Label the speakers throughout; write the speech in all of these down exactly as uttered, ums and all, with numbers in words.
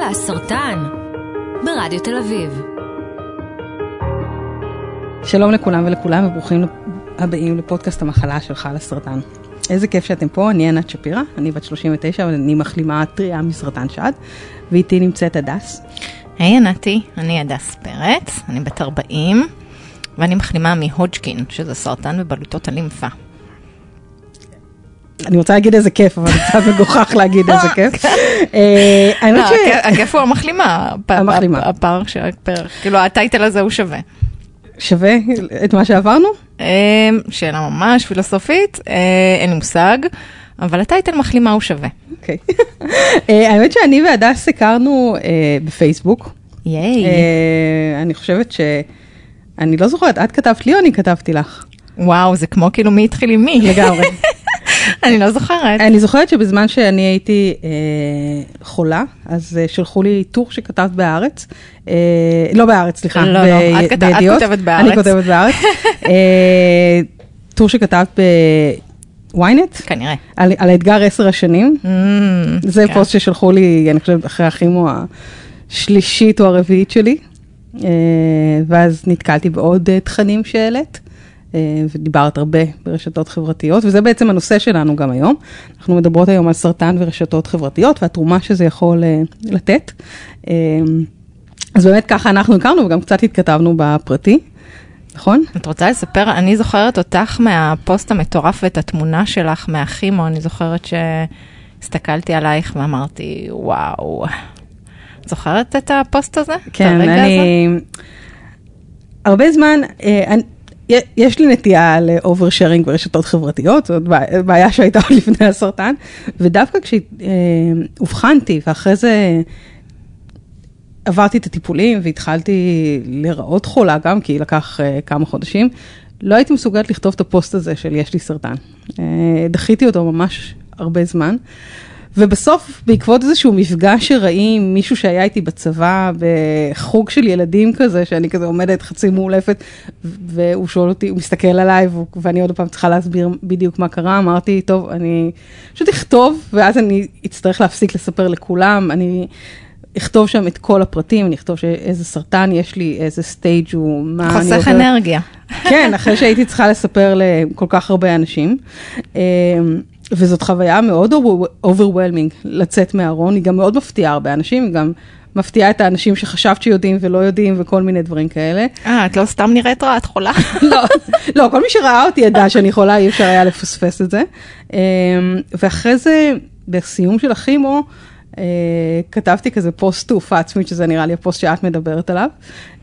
Speaker 1: הסרטן, ברדיו תל אביב.
Speaker 2: שלום לכולם ולכולם, וברוכים הבאים לפודקאסט המחלה של חל הסרטן. איזה כיף שאתם פה, אני ענת שפירה, אני בת שלושים ותשע, ואני מחלימה טריה מסרטן שד, ואיתי נמצאת הדס.
Speaker 3: היי ענתי, אני הדס פרץ, אני בת ארבעים, ואני מחלימה מהודג'קין, שזה סרטן בבלוטות הלימפה.
Speaker 2: אני רוצה להגיד איזה כיף, אבל קצת מגוחך להגיד איזה כיף.
Speaker 3: הכיף הוא המחלימה.
Speaker 2: המחלימה.
Speaker 3: הפער שהפרק, כאילו הטייטל הזה הוא שווה.
Speaker 2: שווה את מה שעברנו?
Speaker 3: שאלה ממש פילוסופית, אין לי מושג, אבל הטייטל מחלימה הוא שווה.
Speaker 2: אוקיי. האמת שאני והדס הכרנו בפייסבוק.
Speaker 3: ייי.
Speaker 2: אני חושבת ש... אני לא זוכרת, את כתבת לי או אני כתבתי לך?
Speaker 3: וואו, זה כמו כאילו מי התחיל עם מי.
Speaker 2: לגמרי.
Speaker 3: אני לא זוכרת.
Speaker 2: אני זוכרת שבזמן שאני הייתי אה, חולה, אז אה, שלחו לי טור שכתבת בארץ, אה, לא בארץ, סליחה,
Speaker 3: לא, ב- לא, את, כת... את כותבת בארץ.
Speaker 2: אני כותבת בארץ. אה, טור שכתבת בוויינט,
Speaker 3: כנראה.
Speaker 2: על, על האתגר עשר השנים.
Speaker 3: Mm,
Speaker 2: זה
Speaker 3: כן.
Speaker 2: פוסט ששלחו לי, אני חושבת, אחרי הכימו השלישית או הרביעית שלי, אה, ואז נתקלתי בעוד אה, תכנים שהעלית. ודיברת הרבה ברשתות חברתיות, וזה בעצם הנושא שלנו גם היום. אנחנו מדברות היום על סרטן ורשתות חברתיות, והתרומה שזה יכול לתת. אז באמת ככה אנחנו הכרנו, וגם קצת התכתבנו בפרטי, נכון?
Speaker 3: את רוצה לספר? אני זוכרת אותך מהפוסט המטורף ואת התמונה שלך מהכימו, אני זוכרת שהסתכלתי עלייך ואמרתי, וואו, את זוכרת את הפוסט הזה?
Speaker 2: כן, אני... הרבה זמן... אני... יש לי נטייה לאוברשרינג ברשתות חברתיות, זאת בעיה שהייתה לפני הסרטן, ודווקא כשהובחנתי, ואחרי זה עברתי את הטיפולים, והתחלתי לראות חולה גם, כי לקח כמה חודשים, לא הייתי מסוגלת לכתוב את הפוסט הזה של יש לי סרטן. דחיתי אותו ממש הרבה זמן, ובסוף, בעקבות איזשהו מפגש שראי עם מישהו שהיה איתי בצבא, בחוג של ילדים כזה, שאני כזה עומדת חצי מאולפת, והוא שואל אותי, הוא מסתכל עליי, ואני עוד פעם צריכה להסביר בדיוק מה קרה, אמרתי, טוב, אני פשוט אכתוב, ואז אני אצטרך להפסיק לספר לכולם, אני אכתוב שם את כל הפרטים, אני אכתוב איזה סרטן יש לי, איזה סטייג' הוא, מה אני
Speaker 3: חוסך אנרגיה.
Speaker 2: כן, אחרי שהייתי צריכה לספר לכל כך הרבה אנשים. וזאת חוויה מאוד overwhelming לצאת מהארון, היא גם מאוד מפתיעה הרבה אנשים, היא גם מפתיעה את האנשים שחשבת שיודעים ולא יודעים וכל מיני דברים כאלה.
Speaker 3: אה, את לא סתם נראית רע, את חולה?
Speaker 2: לא, לא, כל מי שראה אותי ידע שאני חולה, אי אפשר היה לפספס את זה. ואחרי זה, בסיום של הכימו, כתבתי כזה פוסט תעופה עצמית, שזה נראה לי הפוסט שאת מדברת עליו.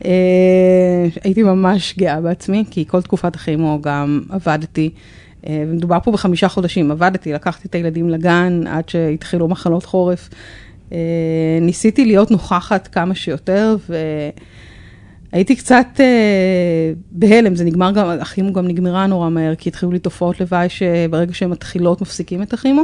Speaker 2: הייתי ממש גאה בעצמי, כי כל תקופת הכימו גם עבדתי, ומדובר פה בחמישה חודשים, עבדתי, לקחתי את הילדים לגן, עד שהתחילו מחלות חורף, ניסיתי להיות נוכחת כמה שיותר, והייתי קצת בהלם, זה נגמר גם, הכימו גם נגמרה נורא מהר, כי התחילו לי תופעות לוואי, שברגע שהן מתחילות מפסיקים את הכימו,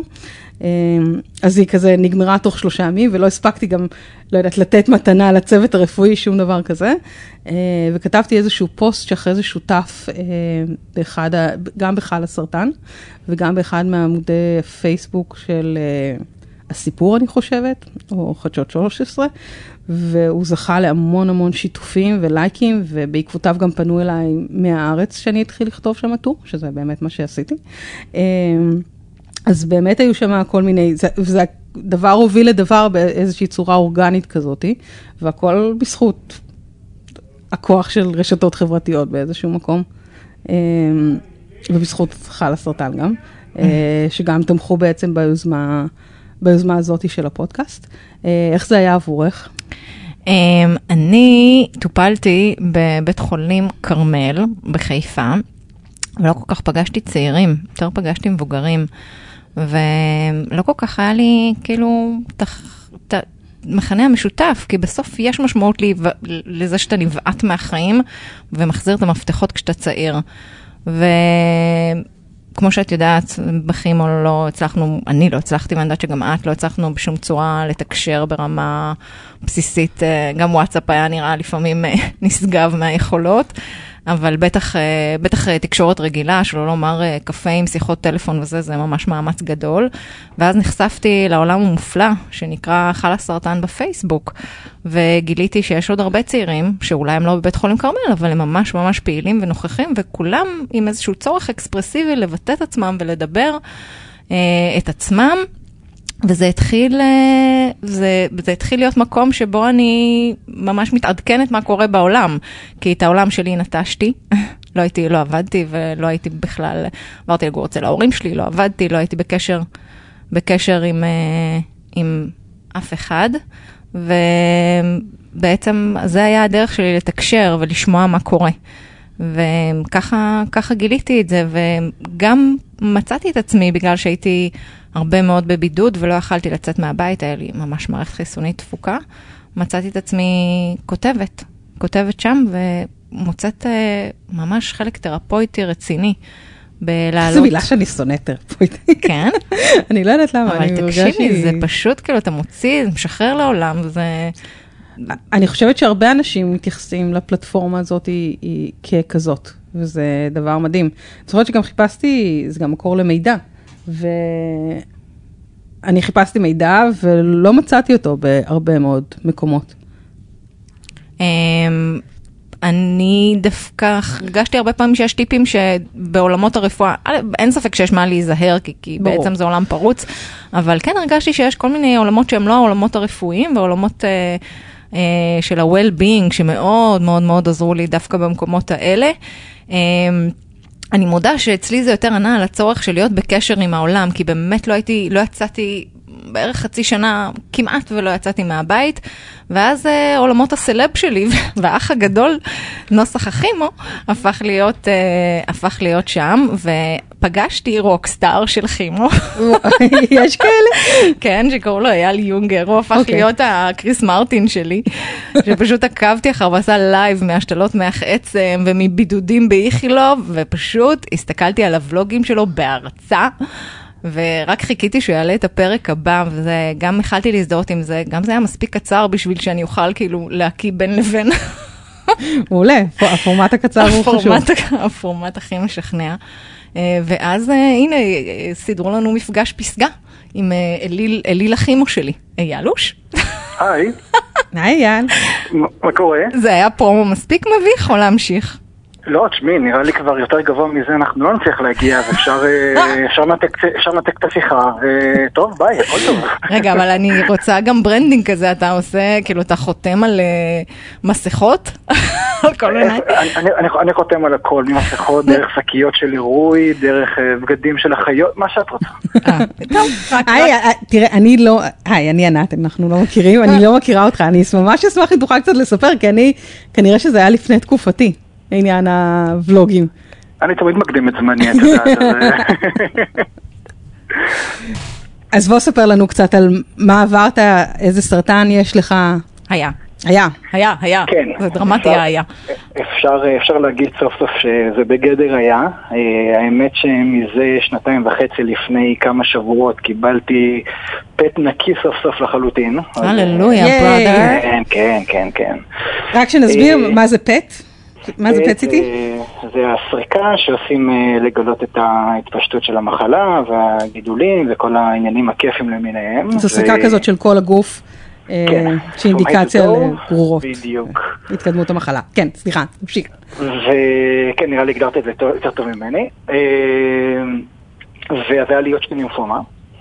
Speaker 2: אז היא כזה נגמרה תוך שלושה ימים, ולא הספקתי גם, לא יודעת, לתת מתנה לצוות הרפואי, שום דבר כזה, וכתבתי איזשהו פוסט שאחרי זה שותף, באחד, גם בחל הסרטן, וגם באחד מעמודי פייסבוק של הסיפור, אני חושבת, או חדשות שלוש עשרה, והוא זכה להמון המון שיתופים ולייקים, ובעקבותיו גם פנו אליי מהארץ, שאני התחיל לכתוב שם טור, שזה באמת מה שעשיתי. אז באמת היו שם כל מיני, זה, זה דבר הוביל לדבר באיזושהי צורה אורגנית כזאת, והכל בזכות הכוח של רשתות חברתיות באיזשהו מקום, ובזכות חל הסרטן גם, שגם תמכו בעצם ביוזמה, ביוזמה הזאת של הפודקאסט. איך זה היה עבורך?
Speaker 3: אני טופלתי בבית חולים קרמל בחיפה, ולא כל כך פגשתי צעירים, יותר פגשתי מבוגרים, ולא כל כך היה לי כאילו תח, ת, מחנה המשותף, כי בסוף יש משמעות לי, לזה שאתה נבעט מהחיים, ומחזיר את המפתחות כשאתה צעיר. וכמו שאת יודעת, בכימו לא הצלחנו, אני לא הצלחתי, ואני יודעת שגם את לא הצלחנו בשום צורה לתקשר ברמה בסיסית, גם וואטסאפ היה נראה לפעמים נשגב מהיכולות, אבל בטח, בטח תקשורת רגילה, שלא לומר קפה עם שיחות טלפון וזה, זה ממש מאמץ גדול. ואז נחשפתי לעולם המופלא, שנקרא חלה סרטן בפייסבוק, וגיליתי שיש עוד הרבה צעירים, שאולי הם לא בבית חולים כרמל, אבל הם ממש ממש פעילים ונוכחים, וכולם עם איזשהו צורך אקספרסיבי לבטא את עצמם ולדבר אה, את עצמם, וזה התחיל, זה, זה התחיל להיות מקום שבו אני ממש מתעדכנת מה קורה בעולם, כי את העולם שלי נטשתי, לא הייתי, לא עבדתי ולא הייתי בכלל, עברתי לגור אצל ההורים שלי, לא עבדתי, לא הייתי בקשר, בקשר עם, עם אף אחד, ובעצם זה היה הדרך שלי לתקשר ולשמוע מה קורה. וככה, ככה גיליתי את זה, וגם מצאתי את עצמי בגלל שהייתי הרבה מאוד בבידוד ולא יכלתי לצאת מהבית, היה לי ממש מערכת חיסונית תפוקה. מצאתי את עצמי כותבת, כותבת שם ומוצאת ממש חלק תרפויטי רציני בלעלות.
Speaker 2: זו מילה שאני שונאת תרפויטי.
Speaker 3: כן?
Speaker 2: אני לא יודעת למה.
Speaker 3: אבל תקשיבי, זה פשוט כאילו אתה מוציא, משחרר לעולם, וזה...
Speaker 2: אני חושבת שהרבה אנשים מתייחסים לפלטפורמה הזאת היא, היא ככזאת, וזה דבר מדהים. אני זוכרת שגם חיפשתי, זה גם מקור למידע, ואני חיפשתי מידע ולא מצאתי אותו בהרבה מאוד מקומות.
Speaker 3: אני דווקא הרגשתי הרבה פעמים שיש טיפים שבעולמות הרפואה, אין ספק שיש מה להיזהר, כי, כי בעצם זה עולם פרוץ, אבל כן הרגשתי שיש כל מיני עולמות שהם לא העולמות הרפואיים, ועולמות אה, אה, של ה-well-being, שמאוד מאוד מאוד עזרו לי דווקא במקומות האלה. אה, אני מודה שאצלי זה יותר ענה על הצורך של להיות בקשר עם העולם, כי באמת לא הייתי, לא יצאתי בערך חצי שנה כמעט ולא יצאתי מהבית, ואז אה, עולמות הסלב שלי, והאח הגדול, נוסח הכימו, הפך להיות, אה, הפך להיות שם, ופגשתי רוקסטאר של כימו.
Speaker 2: יש כאלה?
Speaker 3: כן, שקראו לו אייל יונגר, הוא הפך okay. להיות הקריס מרטין שלי, שפשוט עקבתי אחר ועשה לייב מהשתלות מח עצם, ומבידודים באיכילוב, ופשוט הסתכלתי על הוולוגים שלו בהרצה, ורק חיכיתי שהוא יעלה את הפרק הבא, וזה, גם החלתי להזדהות עם זה, גם זה היה מספיק קצר בשביל שאני אוכל כאילו להקיא בין לבין.
Speaker 2: מעולה, הפורמט הקצר הוא חשוב.
Speaker 3: הפורמט הכי משכנע. ואז הנה, סידרו לנו מפגש פסגה עם אליל, אליל הכימו שלי, איילוש.
Speaker 4: היי.
Speaker 2: היי אייל.
Speaker 4: מה קורה? זה
Speaker 3: היה פרומו מספיק מביך או להמשיך?
Speaker 4: לא, תשמעי, נראה לי כבר יותר גבוה מזה, אנחנו לא נצליח להגיע, ואפשר לנתק את השיחה, וטוב, ביי, הכל טוב.
Speaker 3: רגע, אבל אני רוצה גם ברנדינג כזה, אתה עושה, כאילו, אתה חותם על מסכות? על כל מיני?
Speaker 4: אני חותם על הכל, ממסכות, דרך שקיות של עירוי, דרך בגדים של החיות, מה שאת רוצה.
Speaker 3: טוב, רק...
Speaker 2: תראה, אני לא, היי, אני ענת, אנחנו לא מכירים, אני לא מכירה אותך, אני ממש אשמח אם תוכל קצת לספר, כי אני, כנראה שזה היה לפני תקופתי. עניין הוולוגים.
Speaker 4: אני תמיד מקדים את זמני, את יודעת.
Speaker 2: אז בוא ספר לנו קצת על מה עברת, איזה סרטן יש לך.
Speaker 3: היה.
Speaker 2: היה.
Speaker 3: היה, היה.
Speaker 4: כן.
Speaker 3: זה דרמטי, היה.
Speaker 4: אפשר, אפשר להגיד סוף סוף שזה בגדר היה. האמת שמזה שנתיים וחצי לפני כמה שבועות קיבלתי פט נקי סוף סוף לחלוטין.
Speaker 3: הללויה, ברודה.
Speaker 4: כן, כן, כן, כן.
Speaker 2: רק שנסביר מה זה פט? מה זה פט-סיטי?
Speaker 4: זה הסריקה שעושים לגלות את ההתפשטות של המחלה והגידולים וכל העניינים הכיפים למיניהם.
Speaker 2: זו סריקה כזאת של כל הגוף, שאינדיקציה לברורות.
Speaker 4: בדיוק.
Speaker 2: התקדמות המחלה. כן, סליחה, תמשיך.
Speaker 4: וכן, נראה לי הגדרת את זה יותר טוב ממני. וזה היה להיות שני לימפומה.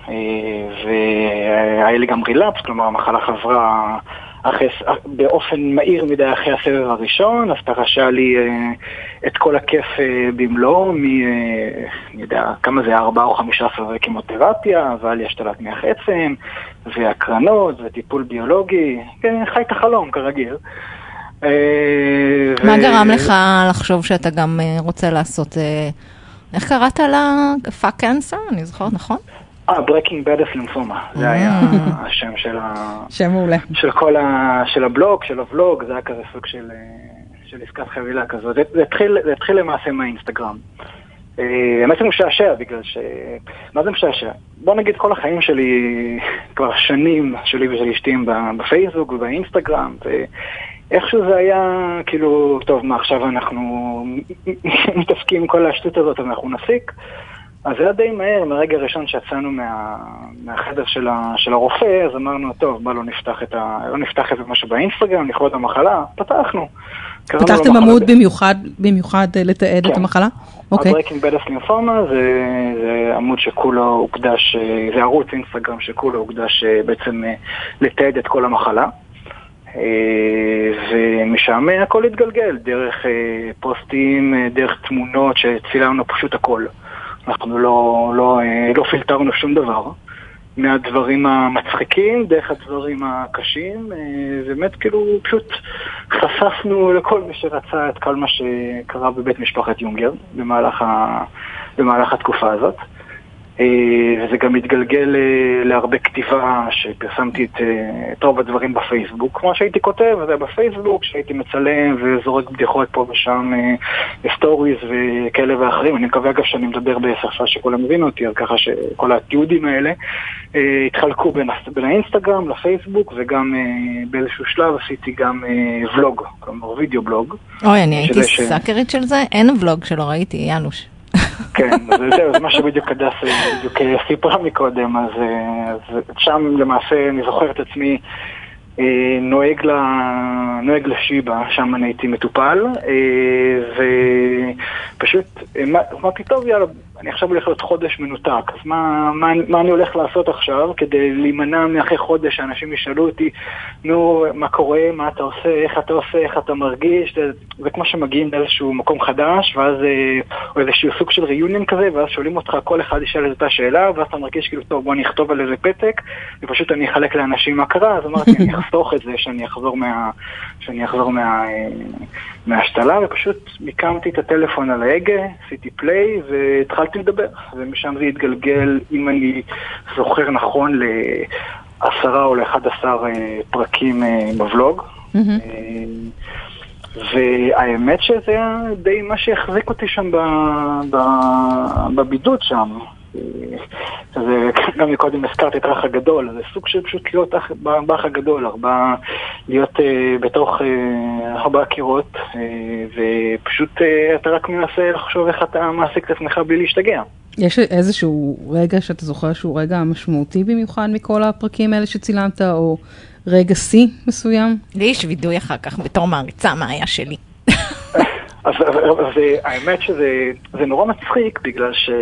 Speaker 4: והיה לי גם רילאפס, כלומר המחלה חברה אחרי, באופן מהיר מדי אחרי הסבב הראשון, אז תרשה לי אה, את כל הכיף אה, במלוא, מ, אה, אני יודע, כמה זה ארבע או חמישה סבבי קימותרפיה, ועל השתלת מח עצם, והקרנות, וטיפול ביולוגי, כן, חי את החלום כרגיל. אה,
Speaker 3: מה ו... גרם לך לחשוב שאתה גם אה, רוצה לעשות, אה, איך קראת לה? פאק קנסר? אני זוכרת, נכון?
Speaker 4: אה, Breaking Bad of Lymphoma, זה היה השם של ה...
Speaker 2: שם מעולה.
Speaker 4: של כל ה... של הבלוג, של הוולוג, זה היה כזה סוג של... של עסקת חבילה כזאת. זה התחיל, זה התחיל למעשה מהאינסטגרם. באמת זה משעשע, בגלל ש... מה זה משעשע? בוא נגיד כל החיים שלי, כבר שנים שלי ושל אשתים בפייסבוק ובאינסטגרם, איכשהו זה היה, כאילו, טוב, מה עכשיו אנחנו מתעסקים עם כל השטות הזאת, אז אנחנו נסיק. אז זה היה די מהר, מרגע הראשון שיצאנו מה, מהחדר של, ה, של הרופא, אז אמרנו, טוב, בוא לא נפתח את ה, לא נפתח את משהו באינסטגרם, לכבוד את המחלה, פתחנו.
Speaker 2: פתחתם עמוד במיוחד, במיוחד לתעד את המחלה?
Speaker 4: אוקיי. ה-Breaking Bad of Lymphoma זה, זה עמוד שכולו הוקדש, זה ערוץ אינסטגרם שכולו הוקדש בעצם לתעד את כל המחלה. ומשם הכל התגלגל, דרך פוסטים, דרך תמונות שצילמנו פשוט הכל. אנחנו לא, לא, לא פילטרנו שום דבר. מהדברים המצחיקים, דרך הדברים הקשים, באמת כאילו פשוט חשפנו לכל מי שרצה את כל מה שקרה בבית משפחת יונגר במהלך, ה, במהלך התקופה הזאת. וזה גם מתגלגל להרבה כתיבה שפרסמתי את, את רוב הדברים בפייסבוק. כמו שהייתי כותב, זה בפייסבוק, שהייתי מצלם וזורק בדיחות פה ושם סטוריז וכאלה ואחרים. אני מקווה אגב שאני מדבר בשפה שכולם הבינו אותי, אז ככה שכל התיעודים האלה התחלקו בין, בין האינסטגרם לפייסבוק, וגם באיזשהו שלב עשיתי גם ולוג, כלומר וידאו בלוג.
Speaker 3: אוי, אני הייתי ש... סאקרית של זה, אין ולוג שלא ראיתי, ינוש.
Speaker 4: כן, זה, זה מה שבדיוק הדס בדיוק סיפרה מקודם, אז, אז שם למעשה אני זוכר את עצמי נוהג, ל, נוהג לשיבה, שם אני הייתי מטופל, ופשוט, מה, מה פתאום, יאללה, אני עכשיו הולך להיות חודש מנותק, אז מה, מה, מה אני הולך לעשות עכשיו כדי להימנע מאחרי חודש שאנשים ישאלו אותי, נו, מה קורה, מה אתה עושה, איך אתה עושה, איך אתה מרגיש, זה, זה כמו שמגיעים לאיזשהו מקום חדש, ואז, או איזשהו סוג של ריוניון כזה, ואז שואלים אותך, כל אחד ישאל את אותה שאלה, ואז אתה מרגיש כאילו, טוב, בוא אני אכתוב על איזה פתק, ופשוט אני אחלק לאנשים מה קרה, אז אמרתי, אני אחסוך את זה, שאני אחזור מה, שאני אחזור מה, מהשתלה, ופשוט מיקמתי את הטלפון על ההגה, עשיתי פליי, והתחלתי לדבר, ומשם זה התגלגל, אם אני זוכר נכון, לעשרה או לאחד עשר פרקים בוולוג. והאמת שזה היה די מה שהחזיק אותי שם בבידוד שם. זה גם מקודם הזכרתי את האח הגדול, זה סוג של פשוט להיות באח הגדול, ארבע, להיות בתוך ארבע קירות, ופשוט אתה רק מנסה לחשוב איך אתה מעסיק את עצמך בלי להשתגע.
Speaker 2: יש איזשהו רגע שאתה זוכר שהוא רגע משמעותי במיוחד מכל הפרקים האלה שצילמת, או רגע סי מסוים?
Speaker 3: לי יש וידוי אחר כך בתור מעריצה מה היה שלי.
Speaker 4: אז האמת שזה נורא מצחיק, בגלל ש...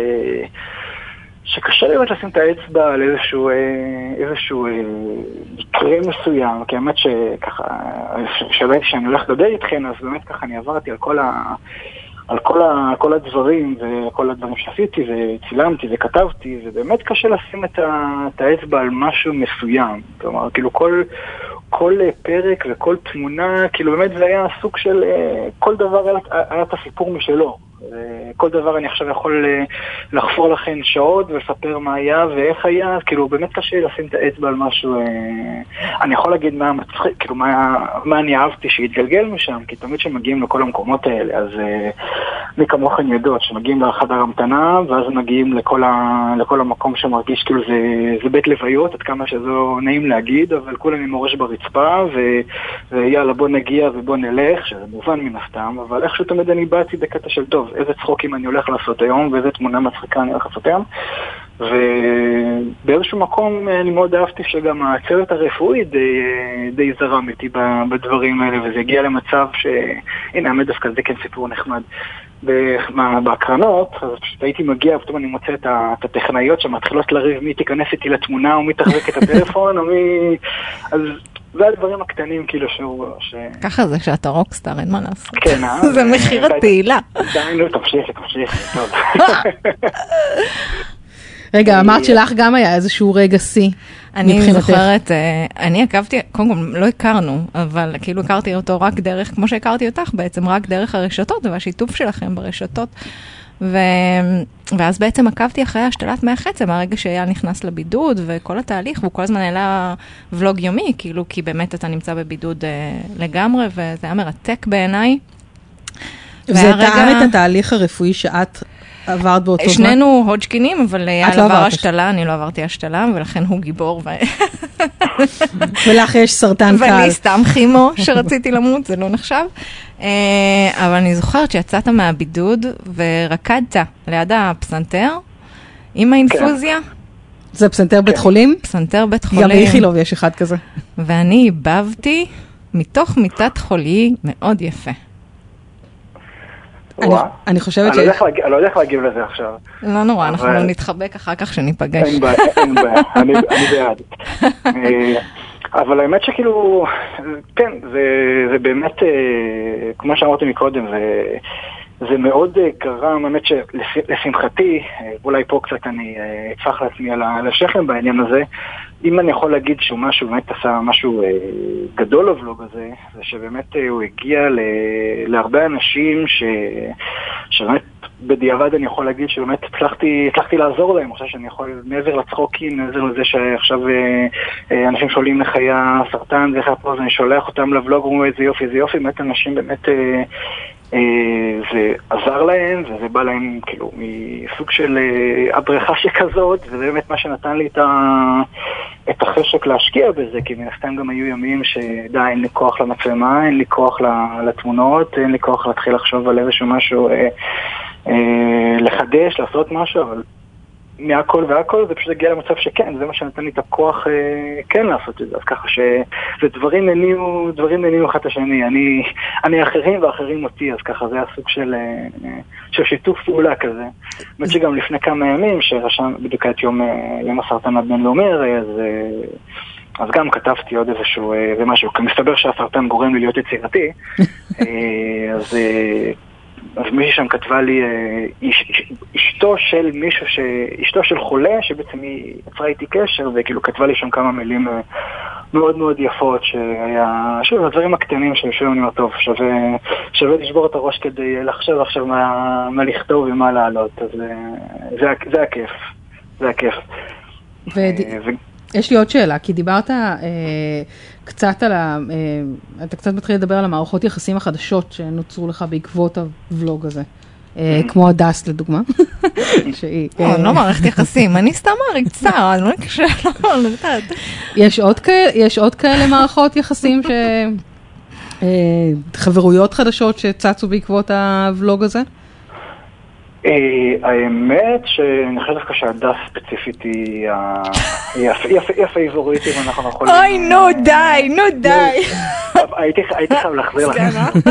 Speaker 4: שקשה לי באמת לשים את האצבע על איזשהו, איזשהו מקרה מסוים, כי האמת שככה, כשהבאתי שאני הולך לדבר איתכן, אז באמת ככה אני עברתי על כל ה... על כל, ה, כל הדברים וכל הדברים שעשיתי וצילמתי וכתבתי, ובאמת קשה לשים את, ה, את האצבע על משהו מסוים. כלומר, כאילו כל, כל פרק וכל תמונה, כאילו באמת זה היה סוג של, כל דבר היה, היה את הסיפור משלו. כל דבר אני עכשיו יכול לחפור לכם שעות ולספר מה היה ואיך היה, כאילו באמת קשה לשים את האצבע על משהו. אני יכול להגיד מה מצחיק, כאילו מה, מה אני אהבתי שהתגלגל משם, כי תמיד שמגיעים לכל המקומות האלה, אז מי כמוכן יודעות שמגיעים לחדר המתנה, ואז מגיעים לכל, ה, לכל המקום שמרגיש כאילו זה, זה בית לוויות, עד כמה שזו נעים להגיד, אבל כולם עם ראש ברצפה, ו, ויאללה בוא נגיע ובוא נלך, שזה מובן מן הסתם, אבל איכשהו תמיד אני באתי בקטע של טוב, איזה צחוקים אני הולך לעשות היום, ואיזה תמונה מצחיקה אני הולך לעשות היום. ובאיזשהו מקום אני מאוד אהבתי שגם הצוות הרפואי די, די זרם איתי בדברים האלה, וזה הגיע למצב ש... הנה, האמת דווקא זה כן סיפור נחמד. בהקרנות, אז פשוט הייתי מגיע, פתאום אני מוצא את הטכנאיות שמתחילות לריב מי תיכנס איתי לתמונה, או מי תחזק את הטלפון, או מי... אז... זה הדברים הקטנים כאילו שהוא... ש...
Speaker 3: ככה זה שאתה רוקסטאר, אין מה לעשות.
Speaker 4: כן, אה?
Speaker 3: זה מחיר התהילה.
Speaker 4: די, נו, תמשיכי, תמשיכי, טוב.
Speaker 2: רגע, אמרת שלך גם היה איזשהו רגע סי.
Speaker 3: אני זוכרת, אני עקבתי, קודם כל לא הכרנו, אבל כאילו הכרתי אותו רק דרך, כמו שהכרתי אותך בעצם, רק דרך הרשתות, והשיתוף שלכם ברשתות. ו... ואז בעצם עקבתי אחרי השתלת מח עצם, הרגע שאייל נכנס לבידוד, וכל התהליך, והוא כל הזמן העלה ולוג יומי, כאילו, כי באמת אתה נמצא בבידוד אה, לגמרי, וזה היה מרתק בעיניי.
Speaker 2: זה תאם את התהליך הרפואי שאת עברת באותו זמן?
Speaker 3: שנינו הודג'קינים, אבל אייל
Speaker 2: לא
Speaker 3: עבר
Speaker 2: עברת.
Speaker 3: השתלה, אני לא עברתי השתלה, ולכן הוא גיבור. ו...
Speaker 2: ולך יש סרטן קל.
Speaker 3: ואני סתם חימו שרציתי למות, זה לא נחשב. אה, אבל אני זוכרת שיצאת מהבידוד ורקדת ליד הפסנתר עם האינפוזיה.
Speaker 2: זה פסנתר בית חולים?
Speaker 3: פסנתר בית חולים.
Speaker 2: גם באיכילוב יש אחד כזה.
Speaker 3: ואני איבבתי מתוך מיטת חולי מאוד יפה.
Speaker 2: אני, אני חושבת ש...
Speaker 4: אני לא יודע איך להגיב לזה עכשיו.
Speaker 3: לא נורא, אנחנו נתחבק אחר כך שניפגש.
Speaker 4: אין בעיה, אין בעיה, אני בעד. אבל האמת שכאילו, כן, זה באמת, כמו שאמרתי מקודם, זה מאוד גרם, האמת שלשמחתי, אולי פה קצת אני אצפח לעצמי על השכם בעניין הזה, אם אני יכול להגיד שהוא משהו, באמת עשה משהו גדול לבלוג הזה, זה שבאמת הוא הגיע להרבה אנשים שבאמת בדיעבד אני יכול להגיד שבאמת הצלחתי, הצלחתי לעזור להם. אני חושב שאני יכול, מעבר לצחוקים, מעבר לזה שעכשיו אנשים שואלים לך היה סרטן, זה איך פה, אז אני שולח אותם לבלוג, אומרים איזה יופי, איזה יופי, באמת אנשים באמת זה עזר להם, וזה בא להם כאילו מסוג של הדרכה שכזאת, וזה באמת מה שנתן לי את, ה... את החשק להשקיע בזה, כי מן הסתם גם היו ימים שדי, אין לי כוח למצלמה, אין לי כוח לתמונות, אין לי כוח להתחיל לחשוב על איזשהו משהו, אה, אה, לחדש, לעשות משהו, אבל מהכל והכל זה פשוט הגיע למצב שכן, זה מה שנתן לי את הכוח אה, כן לעשות את זה, אז ככה שזה דברים מניעו, דברים מניעו אחד השני, אני, אני אחרים ואחרים אותי, אז ככה זה הסוג של, אה, של שיתוף פעולה כזה. באמת שגם לפני כמה ימים, שרשם בדיוק את יום, יום הסרטן הבינלאומי, אז, אז גם כתבתי עוד איזשהו, ומשהו, כי מסתבר שהסרטן גורם לי להיות יצירתי, אז... אז מישהי שם כתבה לי, איש, איש, אשתו של מישהו, ש, אשתו של חולה, שבעצם היא יצרה איתי קשר, וכאילו כתבה לי שם כמה מילים מאוד מאוד יפות, שהיה, שוב, הדברים הקטנים שיושבים, אני אומר, טוב, שווה, שווה לשבור את הראש כדי לחשוב עכשיו מה, מה לכתוב ומה לעלות, אז זה, זה הכיף, זה הכיף.
Speaker 2: ו... ו... יש לי עוד שאלה, כי דיברת אה, קצת על ה... אה, אתה קצת מתחיל לדבר על המערכות יחסים החדשות שנוצרו לך בעקבות הוולוג הזה. אה, כמו הדס לדוגמה. שהיא...
Speaker 3: אה, לא מערכת יחסים, אני סתם מעריצה, אני לא נקשה, לא, לא יודעת.
Speaker 2: יש עוד כאלה, יש עוד כאלה מערכות יחסים ש... אה, חברויות חדשות שצצו בעקבות הוולוג הזה?
Speaker 4: האמת שאני חושב דווקא שהדס ספציפית היא הפייבוריטית ואנחנו יכולים...
Speaker 3: אוי, נו די, נו די.
Speaker 4: הייתי חייב להחזיר לכם.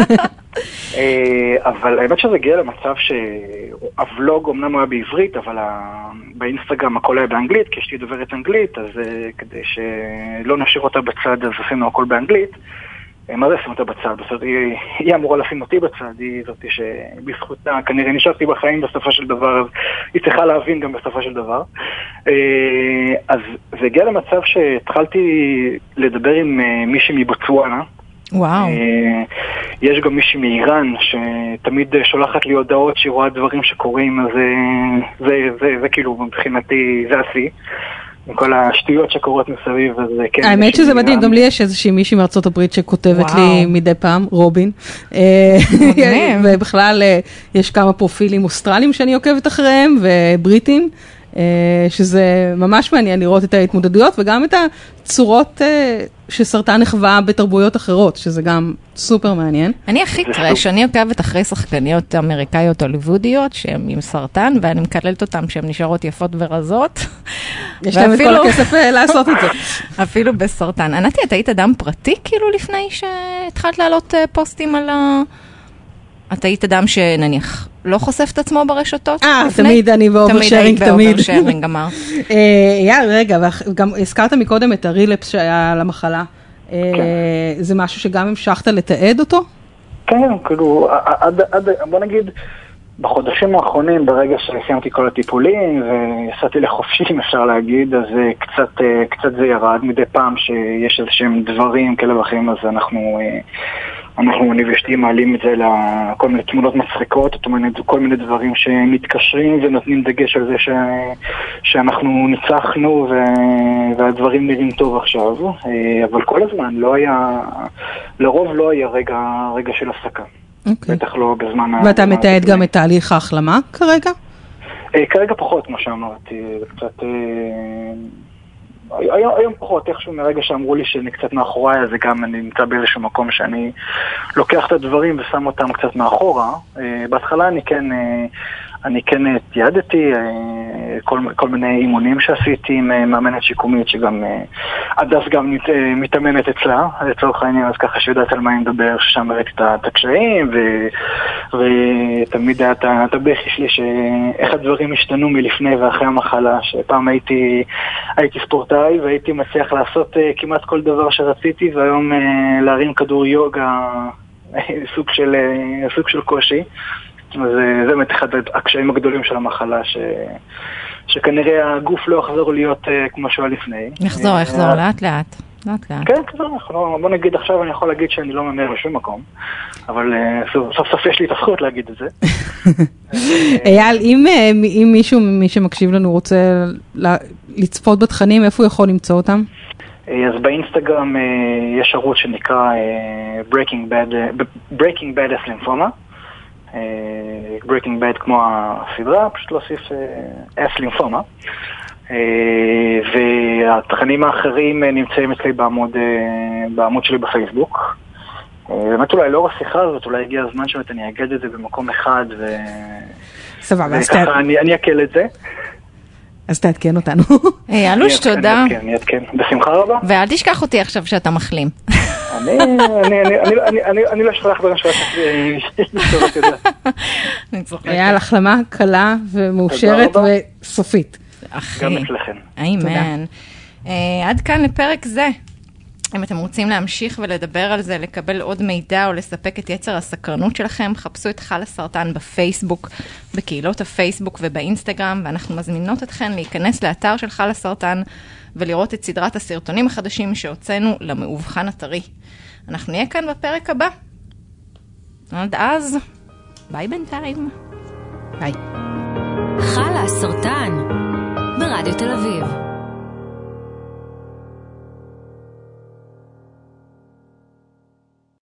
Speaker 4: אבל האמת שזה הגיע למצב שהוולוג אמנם היה בעברית, אבל באינסטגרם הכל היה באנגלית, כי אשתי דוברת אנגלית, אז כדי שלא נשאיר אותה בצד, אז עשינו הכל באנגלית. מה זה לשים אותה בצד? בסדר, היא, היא אמורה לשים אותי בצד, היא זאתי שבזכותה, כנראה נשארתי בחיים בסופו של דבר, אז היא צריכה להבין גם בסופו של דבר. אז זה הגיע למצב שהתחלתי לדבר עם מישהי מבוצואנה.
Speaker 3: וואו.
Speaker 4: יש גם מישהי מאיראן שתמיד שולחת לי הודעות שהיא רואה דברים שקורים, אז זה, זה, זה, זה כאילו מבחינתי, זה השיא. עם כל השטויות שקורות מסביב, אז כן.
Speaker 2: האמת שזה מדהים, גם לי יש איזושהי מישהי מארצות הברית שכותבת לי מדי פעם, רובין. ובכלל יש כמה פרופילים אוסטרליים שאני עוקבת אחריהם, ובריטים, שזה ממש מעניין לראות את ההתמודדויות, וגם את הצורות שסרטן נחווה בתרבויות אחרות, שזה גם סופר מעניין. אני
Speaker 3: הכי טרש, אני עוקבת אחרי שחקניות אמריקאיות הוליוודיות, שהן עם סרטן, ואני מקללת אותן שהן נשארות יפות ורזות.
Speaker 2: יש להם את כל הכסף לעשות את זה.
Speaker 3: אפילו בסרטן. ענתי, את היית אדם פרטי כאילו לפני שהתחלת לעלות פוסטים על ה... את היית אדם שנניח לא חושף את עצמו ברשתות?
Speaker 2: אה, תמיד אני באוברשרינג, תמיד.
Speaker 3: תמיד באוברשרינג, אמר.
Speaker 2: יא, רגע, וגם הזכרת מקודם את הרילפס שהיה על המחלה. זה משהו שגם המשכת לתעד אותו?
Speaker 4: כן, כאילו, בוא נגיד, בחודשים האחרונים, ברגע שסיימתי כל הטיפולים ויצאתי לחופשי, אם אפשר להגיד, אז קצת, קצת זה ירד מדי פעם שיש איזשהם דברים כאלה ואחרים, אז אנחנו... אנחנו נבשתי מעלים את זה לכל מיני תמונות מצחיקות, זאת אומרת, כל מיני דברים שמתקשרים ונותנים דגש על זה ש... שאנחנו ניצחנו ו... והדברים נראים טוב עכשיו, אבל כל הזמן לא היה, לרוב לא היה רגע, רגע של הפסקה.
Speaker 2: Okay.
Speaker 4: בטח לא בזמן...
Speaker 2: ואתה מתעד גם את תהליך ההחלמה כרגע?
Speaker 4: כרגע פחות, כמו שאמרתי, קצת... היום, היום פחות, איכשהו מרגע שאמרו לי שאני קצת מאחוריי, אז גם אני נמצא באיזשהו מקום שאני לוקח את הדברים ושם אותם קצת מאחורה. בהתחלה אני כן, אני כן תיעדתי כל, כל מיני אימונים שעשיתי עם מאמנת שיקומית, שגם הדס גם מתאמנת אצלה, לצורך העניין, אז ככה שיודעת על מה אני מדבר, ששם ראיתי את הקשיים, ו, ותמיד היה את הבכי שלי, שאיך הדברים השתנו מלפני ואחרי המחלה, שפעם הייתי, הייתי ספורטאי, והייתי מצליח לעשות כמעט כל דבר שרציתי, והיום להרים כדור יוגה, סוג של, סוג של קושי. זה באמת אחד הקשיים הגדולים של המחלה, ש... שכנראה הגוף לא יחזור להיות כמו שהוא לפני.
Speaker 3: יחזור, יחזור, לאט לאט. לאט לאט.
Speaker 4: כן, כן, בוא נגיד עכשיו, אני יכול להגיד שאני לא ממהר לשום מקום, אבל סוף סוף יש לי את הזכות להגיד את זה.
Speaker 2: אייל, אם מישהו מי שמקשיב לנו רוצה לצפות בתכנים, איפה הוא יכול למצוא אותם?
Speaker 4: אז באינסטגרם יש ערוץ שנקרא Breaking Bad, Breaking Bad S Lymphoma. Breaking Bad כמו הסדרה, פשוט להוסיף S לימפומה. והתכנים האחרים נמצאים אצלי בעמוד, בעמוד שלי בפייסבוק. באמת אולי לאור השיחה הזאת, אולי הגיע הזמן שבאמת אני אגד את זה במקום אחד, וככה אני אקל את זה.
Speaker 2: אז תעדכן אותנו.
Speaker 3: אלוש, תודה.
Speaker 4: אני אעדכן, בשמחה רבה.
Speaker 3: ואל תשכח אותי עכשיו שאתה מחלים.
Speaker 4: אני לא שולח דברים שלך.
Speaker 2: היה החלמה קלה ומאושרת וסופית.
Speaker 4: גם אצלכם.
Speaker 3: אמן. עד כאן לפרק זה. אם אתם רוצים להמשיך ולדבר על זה, לקבל עוד מידע או לספק את יצר הסקרנות שלכם, חפשו את חל הסרטן בפייסבוק, בקהילות הפייסבוק ובאינסטגרם, ואנחנו מזמינות אתכן להיכנס לאתר של חל הסרטן ולראות את סדרת הסרטונים החדשים שהוצאנו למאובחן הטרי. אנחנו נהיה כאן בפרק הבא. עד אז, ביי בינתיים.
Speaker 2: ביי.
Speaker 1: חל הסרטן ברדיו תל אביב.